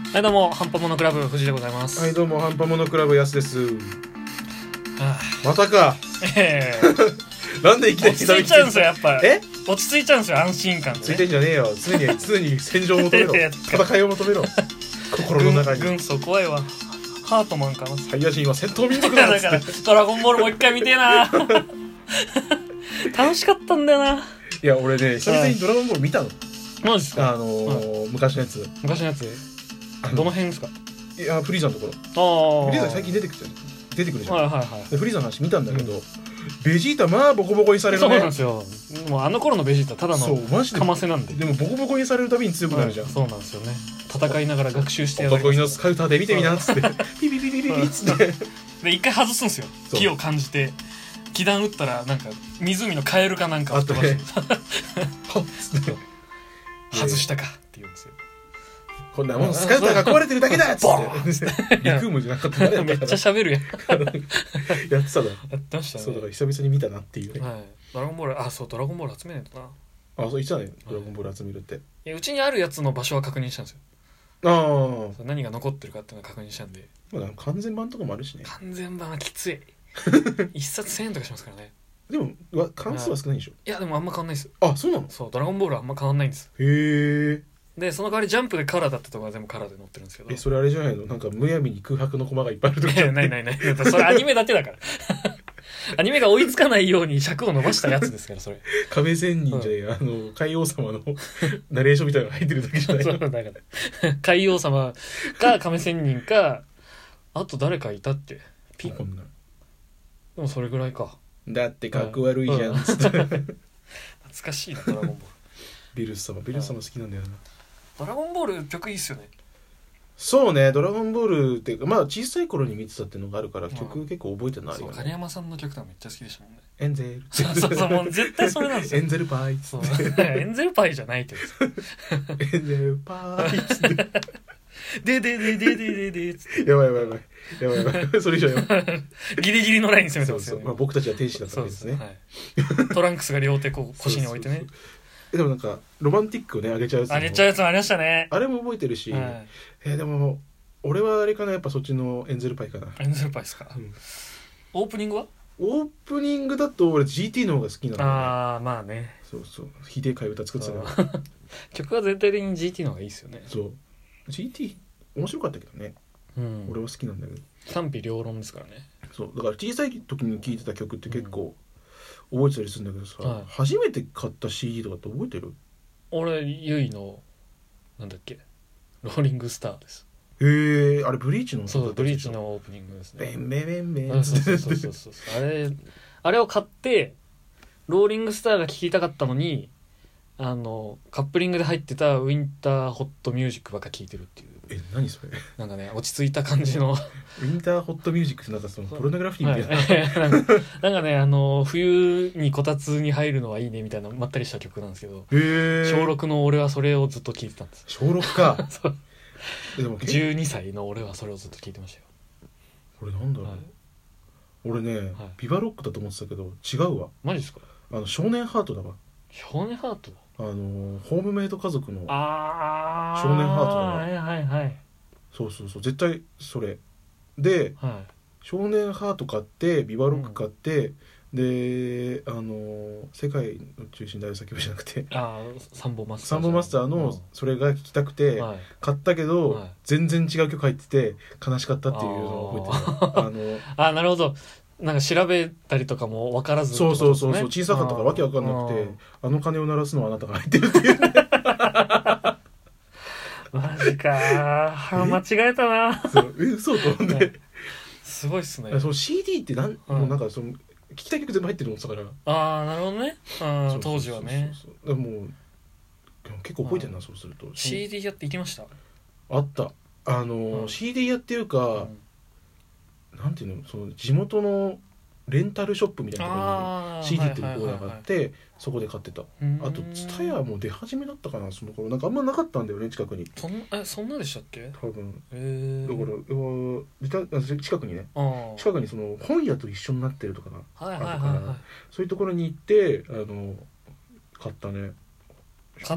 はいどうもハンパモノクラブ藤でございます。 はいどうもハンパモノクラブやすです。 はまたか。なんでいきなり落ち着いちゃうんですよやっぱ。落ち着いちゃうんですよ安心感で、ね。 ついてんじゃねえよ。常に戦場を求めろ。戦いを求めろ。心の中に。 軍曹怖いわ。ハートマンかな。 サイヤ人は戦闘民族だっつって。 だからドラゴンボールもう一回見てえな。楽しかったんだよな。 いや俺ね久々にドラゴンボール見たの。 マジですか。 昔のやつ。 昔のやつ。どの辺ですか。 いやフリーザのところ。フリーザ最近出てくるじゃん。 はいはいはい。 でフリーザの話見たんだけど、ベジータまあボコボコにされるね。 そうなんですよ。もうあの頃のベジータただのかませなんで。 でもボコボコにされるたびに強くなるじゃん。 そうなんですよね。戦いながら学習してやる。 男気のスカウターで見てみなっつってピピピピピピっつって。 で一回外すんですよ。気を感じて。気弾打ったらなんか湖のカエルかなんかを飛ばして、 はっつって外したかって言うんですよ。 こんなもんスカウターが壊れてるだけだっつってリクームじゃなかったね。 めっちゃ喋るやん。 やってただろ。 やってましたね。 そうだから久々に見たなっていうね。 はい。ドラゴンボールそうドラゴンボール集めないとな。 そう言ってたねドラゴンボール集めるって。 いやうちにあるやつの場所は確認したんですよ。 何が残ってるかっていうのは確認したんで。 まあ完全版とかもあるしね。 完全版はきつい。一冊1000円とかしますからね。 でも関数は少ないでしょ。 いやでもあんま変わんないです。 あそうなの。 そうドラゴンボールはあんま変わんないんです。 へえ。 でその代わりジャンプでカラーだったところは全部カラーで載ってるんですけど。 それあれじゃないの。なんかむやみに空白のコマがいっぱいあるとか。 ないそれアニメだけだから。アニメが追いつかないように尺を伸ばしたやつですからそれ。 亀仙人じゃねえ、海王様のナレーションみたいなのが入ってるだけじゃない。 そうだから海王様か亀仙人かあと誰かいたっけ。ピコンな。でもそれぐらいか。 だってかっこ悪いじゃんっつって。 懐かしいなドラゴンボール。 ビルス様好きなんだよな。 ドラゴンボール曲いいっすよね。 そうねドラゴンボールっていうかまあ小さい頃に見てたっていうのがあるから曲結構覚えてないよね。 そう金山さんの曲とかめっちゃ好きでしたもんね。 エンゼルそうもう絶対それなんですよ。 エンゼルパイそうエンゼルパイじゃないってエンゼルパイつってでやばいそれ以上やばい。 ギリギリのライン攻めてますよね。 まあ、僕たちは天使だったわけですね。 トランクスが両手腰に置いてね。 でもなんかロマンティックをねあげちゃうやつもありましたね。 あれも覚えてるし、でも俺はあれかなやっぱそっちのエンゼルパイかな。 エンゼルパイですか。オープニングはオープニングだと俺 GT の方が好きなんだよね。 まあね。 そうひでえ替え歌作ってたから曲は全体的に GT の方がいいですよね。 そう GT 面白かったけどね、俺は好きなんだけど賛否両論ですからね。 そうだから小さい時に聴いてた曲って結構覚えてたりするんだけどさ、初めて買った CD とかって覚えてる？俺ユイのなんだっけローリングスターです。 へえあれブリーチのそうブリーチのオープニングですね。 ベンベンベンベンそうあれを買ってローリングスターが聴きたかったのにカップリングで入ってたウィンターホットミュージックばっか聴いてるっていう。 何それ。 なんかね落ち着いた感じのウィンターホットミュージックってなんかそのポルノグラフィーみたいな、 なんかね冬にこたつに入るのはいいねみたいなまったりした曲なんですけど、小6の俺はそれをずっと聴いてたんです。 小6かそうでも12歳の俺はそれをずっと聴いてましたよ。 これなんだろう、俺ね、ビバロックだと思ってたけど違うわ。 マジですか。 少年ハートだわ。 少年ハートだ。 ホームメイド家族の少年ハートだわ。 はいそう絶対それで、少年ハート買ってビバロック買って、で世界の中心大叫びじゃなくてサンボマスターのそれが聞きたくて買ったけど、全然違う曲入ってて悲しかったっていうのを覚えてる。 なるほど。なんか調べたりとかも分からず、 そう小さかったからわけわかんなくて鐘を鳴らすのはあなたが入ってるっていうね。 マジか間違えたな。 嘘と思って、 すごいっすね。 その CD ってもうなんかその聞きたい曲全部入ってるのって言ったから。なるほどね。当時はね。 もう結構覚えてるな。そうすると CD 屋って行きました？ あった。CD 屋っていうか、なんていうのその地元のレンタルショップみたいなところに CD っていうコーナーがあってそこで買ってた。あとTSUTAYAも出始めだったかなその頃。なんかあんまなかったんだよね近くに。 そんなでしたっけ？ 多分だから近くにね近くにその本屋と一緒になってるとかがあるからそういうところに行って買ったね。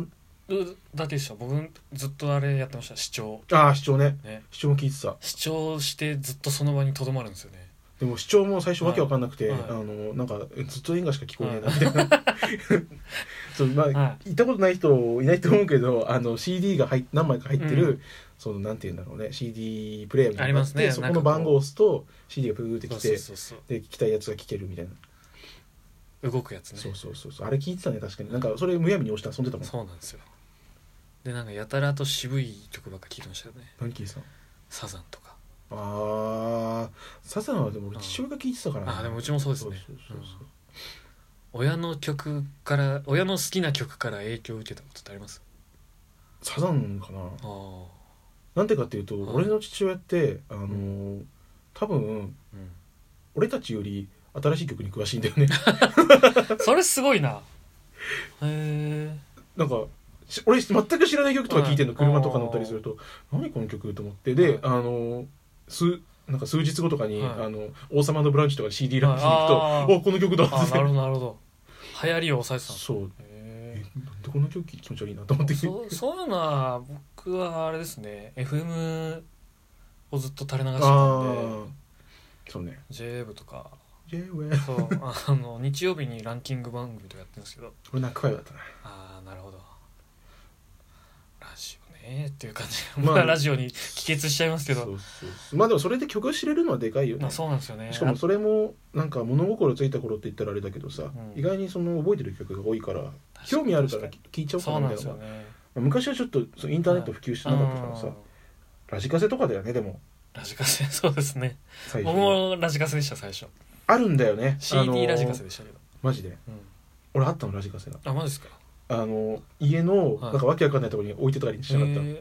だけでした。僕ずっとあれやってました。視聴ああ視聴ねね。 視聴も聞いてた。 視聴してずっとその場にとどまるんですよね。 でも視聴も最初わけわかんなくて、 はいなんかずっと演歌しか聞こえねえなみたいなそうまあ、行ったことない人いないと思うけどCD が何枚か入ってる、そのなんていうんだろうね CD プレイヤーみたいなのがあって、そこの番号を押すと CD がプーってきて、で聞きたいやつが聞けるみたいな動くやつね。 そうあれ聞いてたね。確かになんかそれむやみに押して遊んでたもん。 そうなんですよ。でなんかやたらと渋い曲ばっか聴いてましたよね。 何聞いてたの？ サザンとか。 ああサザンはでも父親が聞いてたからね。 あでもうちもそうですね。親の好きな曲から影響を受けたことってあります？ サザンかな。なんでかっていうと、俺の父親って多分、俺たちより新しい曲に詳しいんだよねそれすごいな。へえ。 なんか俺全く知らない曲とか聞いてんの、車とか乗ったりすると何この曲と思って、でなんか数日後とかに、王様のブランチとか CD ランチに行くと、この曲だって。 なるほどなるほど。流行りを抑えてたんです。そう。なんでこんな曲気持ち悪いなと思ってそういうのは僕はあれですね FM をずっと垂れ流してたんで。 そうね JWEB とか JWEB そう日曜日にランキング番組とかやってるんですけど、 俺ナックファイブだったな。 なるほど。ラジオねっていう感じ、まあラジオに帰結しちゃいますけど、 そうまあでもそれで曲を知れるのはでかいよね。 そうなんですよね。 しかもそれもなんか物心ついた頃って言ったらあれだけどさ、意外にその覚えてる曲が多いから興味あるから聴いちゃおうかなみたいなのが、昔はちょっとインターネット普及してなかったからさ、ラジカセとかだよね。でもラジカセそうですね。僕もラジカセでした最初。あるんだよね CD ラジカセでしたけど。 マジで、俺あったのラジカセが。 マジですか？ 家のなんかわけわかんないところに置いてたりしてなかった。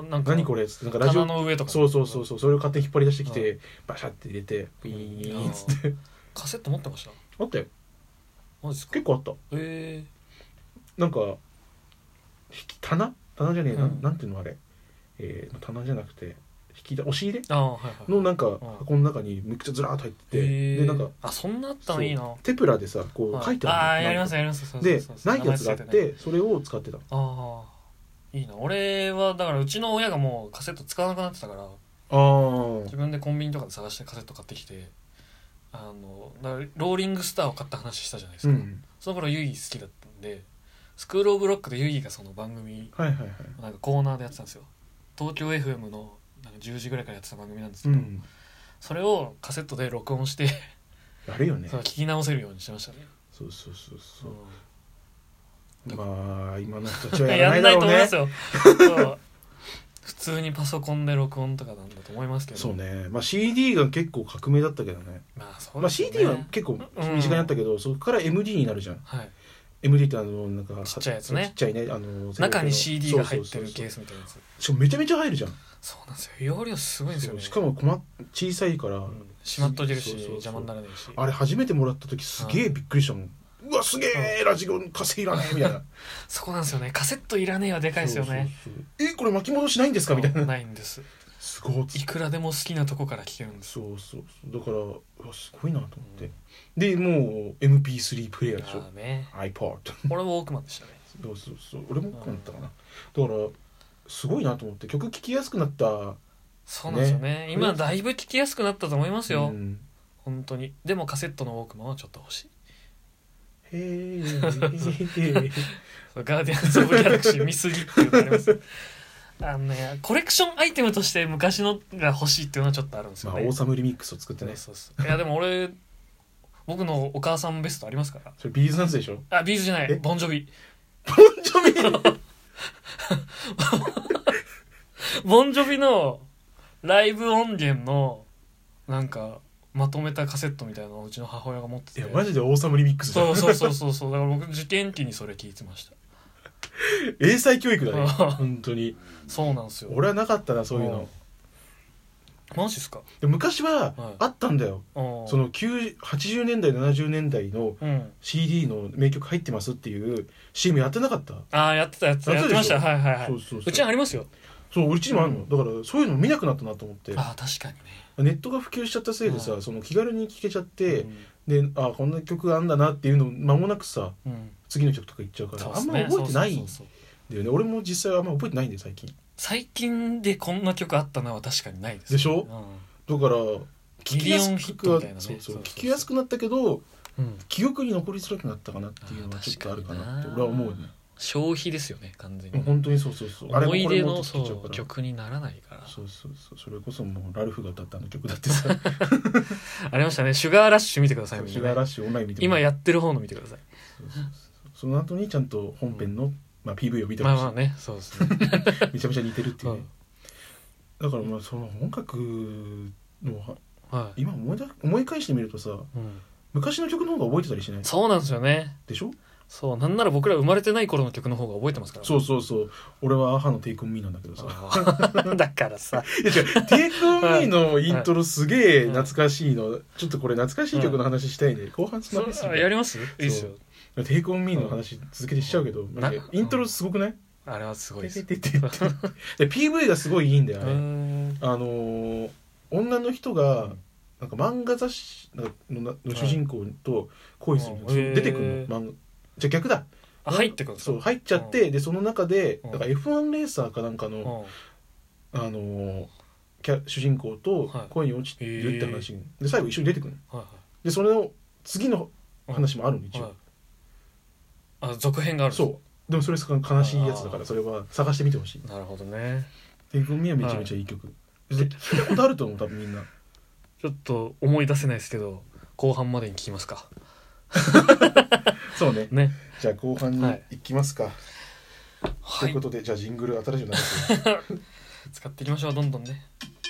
なんか何これっつってなんかラジオ棚の上とか。 そうそれを勝手に引っ張り出してきて、バシャって入れてビーンっつってカセット持ってました？ あったよ。 マジですか？ 結構あった。なんか棚じゃねえな、なんていうのあれ、棚じゃなくて押し入れのなんか箱の中にめっちゃずらーっと入ってて、でなんかそんなあったのいいな。 テプラでさこう書いてある。 やりますでないやつがあってそれを使ってた。 いいな。俺はだからうちの親がもうカセット使わなくなってたから、自分でコンビニとかで探してカセット買ってきて、だからローリングスターを買った話したじゃないですか。その頃ユイ好きだったんで、スクールオブロックでユイがその番組なんかコーナーでやってたんですよ。東京 FM のなんか10時ぐらいからやってた番組なんですけど、それをカセットで録音してやるよね。 聞き直せるようにしましたね。 そうまあ今の人たちはやらないだろうね。 やんないと思いますよ普通にパソコンで録音とかなんだと思いますけど。 そうね。まあ CD が結構革命だったけどね。まあ CD は結構身近にあったけど、そこから MD になるじゃん。MD ってなんかちっちゃいやつね。 ちっちゃいね中に CD が入ってるケースみたいなやつ。 しかもめちゃめちゃ入るじゃん。 そうなんですよ。容量すごいんですよね。 しかも小さいからしまっとけるし邪魔にならないし。 あれ初めてもらった時すげえびっくりしたもん。うわすげえラジオカセいらねえみたいなそこなんですよね。カセットいらねえはでかいですよね。 これ巻き戻しないんですかみたいな。 ないんです。 すごい。 いくらでも好きなとこから聴けるんです。 だからすごいなと思って、でもう MP3 プレイヤーでしょ。iPod 俺もウォークマンでしたね。 俺もウォークマンだったかな。だからすごいなと思って、曲聴きやすくなった。 そうなんですよね。今だいぶ聴きやすくなったと思いますよ、本当に。でもカセットのウォークマンはちょっと欲しい。ガーディアンズ・オブ・ギャラクシー見すぎっていうのがありますコレクションアイテムとして昔のが欲しいっていうのはちょっとあるんですよね。 オーサムリミックスを作ってね。 いやでも僕のお母さんベストありますから。 それビーズなんでしょ。 ビーズじゃない、ボンジョビボンジョビのライブ音源のなんかまとめたカセットみたいなのをうちの母親が持ってて。 いやマジでオーサムリミックスじゃん。 そうだから僕受験期にそれ聞いてました。 英才教育だね本当に。 そうなんですよ。 俺はなかったなそういうの。 マジっすか。 で昔はあったんだよ、その80年代70年代の CD の名曲入ってますっていう CM やってなかった？ やってました。うちにありますよ。 うちにもあるの、だからそういうの見なくなったなと思って。 確かにね。 ネットが普及しちゃったせいでさ、その気軽に聴けちゃって、でこんな曲があんだなっていうの間もなくさ、次の曲とかいっちゃうからあんま覚えてないだよね。俺も実際あんま覚えてないんで最近でこんな曲あったのは確かにないです、 でしょ、だからミリオンヒットみたいなね。 そう聞きやすくなったけど、記憶に残りづらくなったかなっていうのはちょっとあるかなって俺は思うね。 消費ですよね完全に。 本当にそう思い出の曲にならないから。 そうそれこそもうラルフが歌った曲だってさありましたね。シュガーラッシュ見てください。 シュガーラッシュオンライン見て今やってる方の見てください。 その後にちゃんと本編の、PV を見てほしい。 まあね、そうですねめちゃめちゃ似てるっていうね、だからその音楽の、今思い返してみるとさ、昔の曲の方が覚えてたりしない？ そうなんですよね。 でしょ？ そう、なんなら僕ら生まれてない頃の曲の方が覚えてますから、ね、 そう俺はアハのテイクオンミーなんだけどさだからさいや違う、テイクオンミーのイントロすげえ懐かしいの、ちょっとこれ懐かしい曲の話したいね、後半つなげすぎやります？いいっすよ。 テイクオンミーの話続けてしちゃうけど、イントロすごくない？ あれはすごいです。 で PV がすごいいいんだよあれ。女の人がなんか漫画雑誌の主人公と恋するの、出てくるの漫画じゃ逆だ。 入ってくる。 そう入っちゃって、でその中でなんか F1 レーサーかなんかの主人公と恋に落ちてるって話で最後一緒に出てくるの。でそれの次の話もあるの一応。 続編がある。 そう。でもそれ悲しいやつだからそれは探してみてほしい。 なるほどね。 テイクオンミーはめちゃめちゃいい曲。聞いたことあると思う多分みんな。 ちょっと思い出せないですけど後半までに聞きますか。 そうね。じゃあ後半に行きますか。ということでじゃあジングル新しいの流す。 使っていきましょうどんどんね。